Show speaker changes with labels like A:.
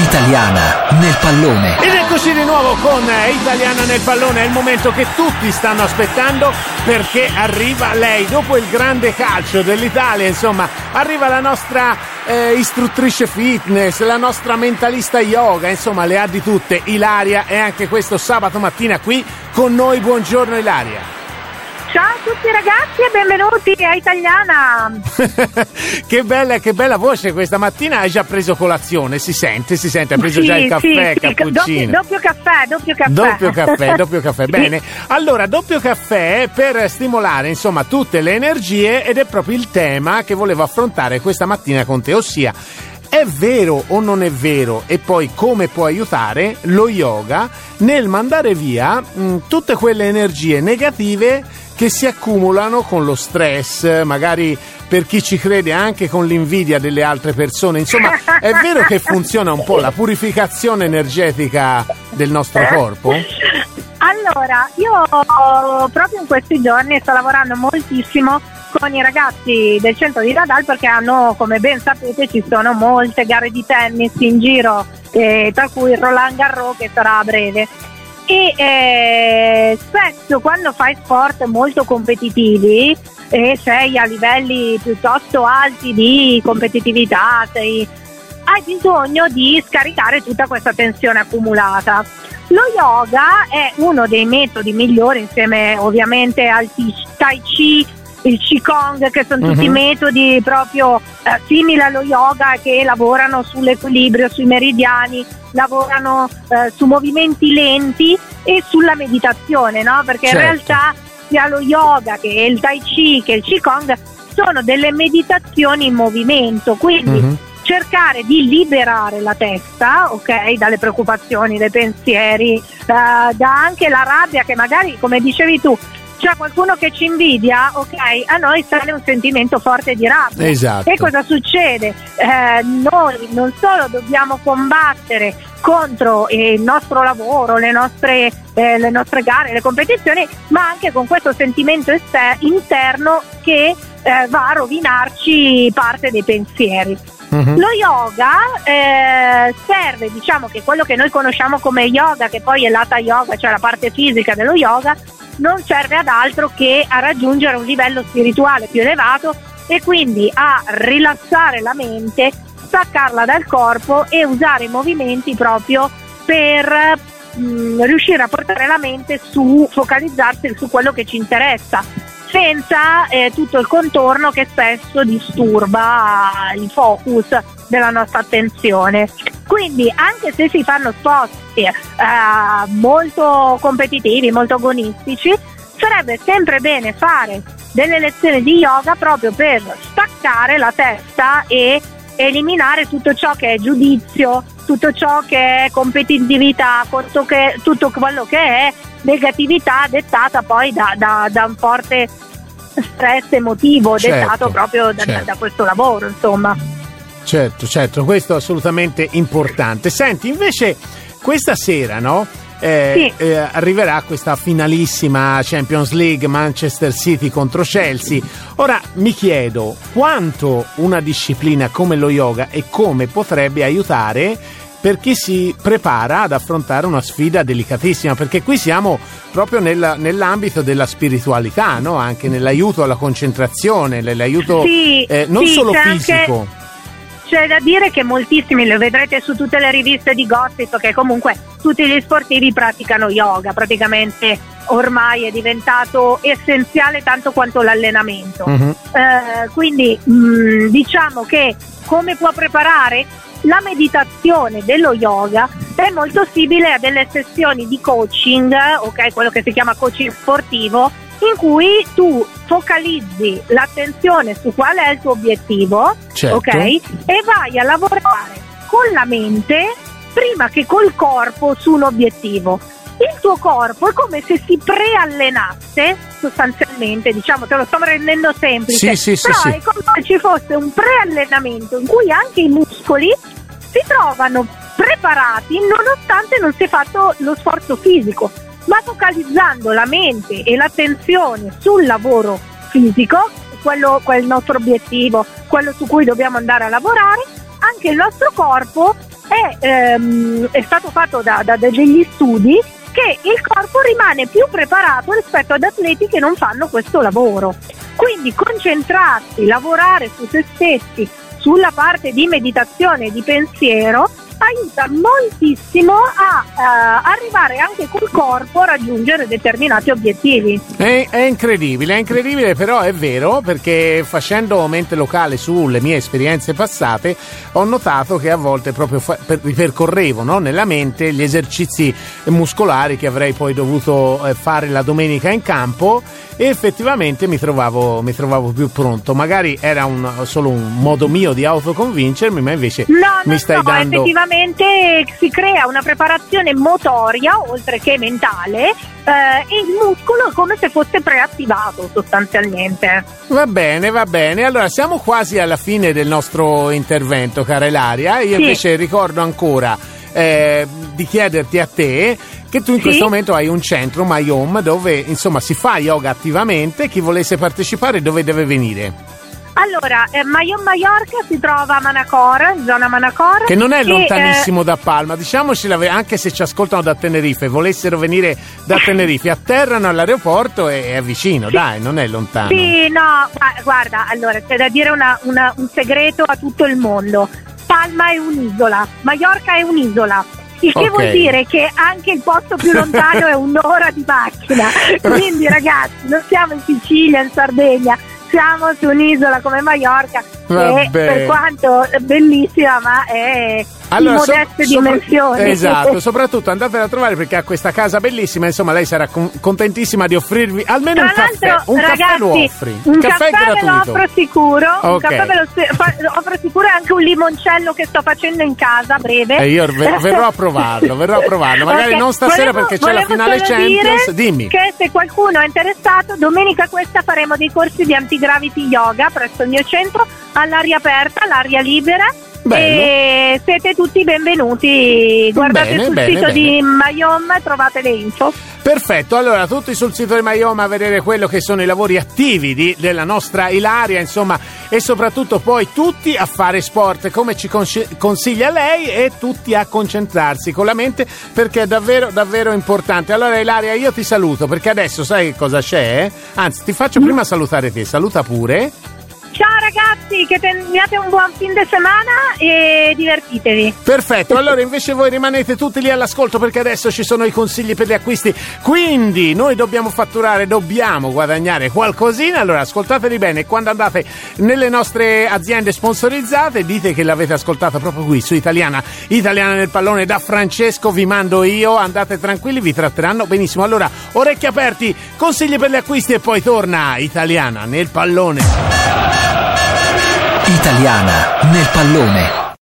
A: Italiana nel pallone.
B: Ed eccoci di nuovo con Italiana nel pallone. È il momento che tutti stanno aspettando, perché arriva lei. Dopo il grande calcio dell'Italia, insomma, arriva la nostra istruttrice fitness, la nostra mentalista yoga, insomma, le ha di tutte. Ilaria è anche questo sabato mattina qui con noi. Buongiorno Ilaria.
C: Ciao a tutti ragazzi e benvenuti a Italiana.
B: che bella voce questa mattina. Hai già preso colazione? Si sente, hai preso già il caffè, cappuccino. Doppio caffè. Bene, allora doppio caffè per stimolare insomma tutte le energie, ed è proprio il tema che volevo affrontare questa mattina con te, ossia: è vero o non è vero, e poi come può aiutare lo yoga nel mandare via tutte quelle energie negative che si accumulano con lo stress, magari per chi ci crede anche con l'invidia delle altre persone. Insomma, è vero che funziona un po' la purificazione energetica del nostro corpo?
C: Allora, io proprio in questi giorni sto lavorando moltissimo con i ragazzi del centro di Nadal, perché hanno, come ben sapete, ci sono molte gare di tennis in giro, tra cui il Roland Garros, che sarà a breve. E spesso quando fai sport molto competitivi e sei a livelli piuttosto alti di competitività, hai bisogno di scaricare tutta questa tensione accumulata. Lo yoga è uno dei metodi migliori, insieme ovviamente al Tai Chi, il Qigong, che sono tutti metodi proprio simili allo yoga, che lavorano sull'equilibrio, sui meridiani, lavorano su movimenti lenti e sulla meditazione, no? Perché in realtà sia lo yoga che il Tai Chi che il Qigong sono delle meditazioni in movimento, quindi cercare di liberare la testa, ok, dalle preoccupazioni, dai pensieri, da anche la rabbia, che magari, come dicevi tu, c'è qualcuno che ci invidia, ok, a noi sale un sentimento forte di rabbia.
B: Esatto.
C: E cosa succede? Noi non solo dobbiamo combattere contro il nostro lavoro, le nostre gare, le competizioni, ma anche con questo sentimento interno che va a rovinarci parte dei pensieri. Lo yoga serve, diciamo che quello che noi conosciamo come yoga, che poi è l'hatha yoga, cioè la parte fisica dello yoga, non serve ad altro che a raggiungere un livello spirituale più elevato, e quindi a rilassare la mente, staccarla dal corpo e usare i movimenti proprio per riuscire a portare la mente focalizzarsi su quello che ci interessa, senza tutto il contorno che spesso disturba il focus della nostra attenzione. Quindi anche se si fanno sport molto competitivi, molto agonistici, sarebbe sempre bene fare delle lezioni di yoga proprio per staccare la testa e eliminare tutto ciò che è giudizio, tutto ciò che è competitività, tutto quello che è negatività dettata poi da un forte stress emotivo, dettato proprio da questo lavoro, insomma.
B: Certo, questo è assolutamente importante. Senti, invece questa sera, no? Arriverà questa finalissima Champions League, Manchester City contro Chelsea. Ora mi chiedo quanto una disciplina come lo yoga e come potrebbe aiutare per chi si prepara ad affrontare una sfida delicatissima, perché qui siamo proprio nell'ambito della spiritualità, no? Anche nell'aiuto alla concentrazione, nell'aiuto non solo fisico.
C: C'è da dire che moltissimi, lo vedrete su tutte le riviste di gossip, che comunque tutti gli sportivi praticano yoga, praticamente ormai è diventato essenziale tanto quanto l'allenamento. Quindi diciamo che come può preparare la meditazione dello yoga è molto simile a delle sessioni di coaching, ok, quello che si chiama coaching sportivo, in cui tu focalizzi l'attenzione su qual è il tuo obiettivo, ok, e vai a lavorare con la mente prima che col corpo su un obiettivo. Il tuo corpo è come se si preallenasse sostanzialmente, diciamo, te lo sto rendendo semplice, però è come se ci fosse un preallenamento in cui anche i muscoli si trovano preparati nonostante non si è fatto lo sforzo fisico, ma focalizzando la mente e l'attenzione sul lavoro fisico, quello è il nostro obiettivo, quello su cui dobbiamo andare a lavorare, anche il nostro corpo è stato fatto da degli studi che il corpo rimane più preparato rispetto ad atleti che non fanno questo lavoro. Quindi concentrarsi, lavorare su se stessi, sulla parte di meditazione e di pensiero aiuta moltissimo a arrivare anche col corpo a raggiungere determinati obiettivi.
B: È incredibile, però è vero, perché facendo mente locale sulle mie esperienze passate ho notato che a volte proprio ripercorrevo, no, nella mente gli esercizi muscolari che avrei poi dovuto fare la domenica in campo, e effettivamente mi trovavo più pronto. Magari era solo un modo mio di autoconvincermi, ma invece mi stai dando...
C: effettivamente si crea una preparazione motoria oltre che mentale, e il muscolo è come se fosse preattivato sostanzialmente.
B: Va bene, allora siamo quasi alla fine del nostro intervento, cara Ilaria. Io invece ricordo ancora di chiederti a te che tu in questo momento hai un centro, My Home, dove insomma si fa yoga attivamente. Chi volesse partecipare dove deve venire?
C: Allora, My Home Mallorca si trova a Manacor, in zona Manacor,
B: che non è lontanissimo da Palma, diciamoci, anche se ci ascoltano da Tenerife, volessero venire da Tenerife, atterrano all'aeroporto e è vicino, dai, non è lontano.
C: Sì, no, guarda, allora c'è da dire un segreto a tutto il mondo: Palma è un'isola, Mallorca è un'isola. Il che vuol dire che anche il posto più lontano è un'ora di macchina. Quindi ragazzi, non siamo in Sicilia, in Sardegna, siamo su un'isola come Mallorca, che per quanto è bellissima, ma è di modeste dimensioni.
B: Esatto, soprattutto andatela a trovare perché ha questa casa bellissima, insomma lei sarà contentissima di offrirvi almeno un caffè. Un
C: ragazzi,
B: caffè lo offri.
C: Un caffè ve lo offro sicuro, un caffè ve lo offro sicuro, e anche un limoncello che sto facendo in casa a breve.
B: E io verrò a provarlo, magari non stasera perché c'è la finale Champions. Dimmi
C: che se qualcuno è interessato, domenica questa faremo dei corsi di antigravity yoga presso il mio centro, all'aria aperta, all'aria libera. Bello. E siete tutti benvenuti. Guardate sul sito di My Home e trovate le info.
B: Perfetto, allora tutti sul sito di My Home a vedere quello che sono i lavori attivi della nostra Ilaria, insomma, e soprattutto poi tutti a fare sport come ci consiglia lei, e tutti a concentrarsi con la mente, perché è davvero davvero importante. Allora Ilaria, io ti saluto perché adesso sai che cosa c'è? Anzi, ti faccio prima salutare te, saluta pure.
C: Ciao ragazzi, che teniate un buon fin di settimana e divertitevi.
B: Perfetto, allora invece voi rimanete tutti lì all'ascolto perché adesso ci sono i consigli per gli acquisti, quindi noi dobbiamo fatturare, dobbiamo guadagnare qualcosina. Allora ascoltateli bene, quando andate nelle nostre aziende sponsorizzate dite che l'avete ascoltata proprio qui su Italiana nel pallone da Francesco, vi mando io, andate tranquilli, vi tratteranno benissimo. Allora orecchi aperti, consigli per gli acquisti e poi torna Italiana nel pallone.
A: Italiana nel pallone.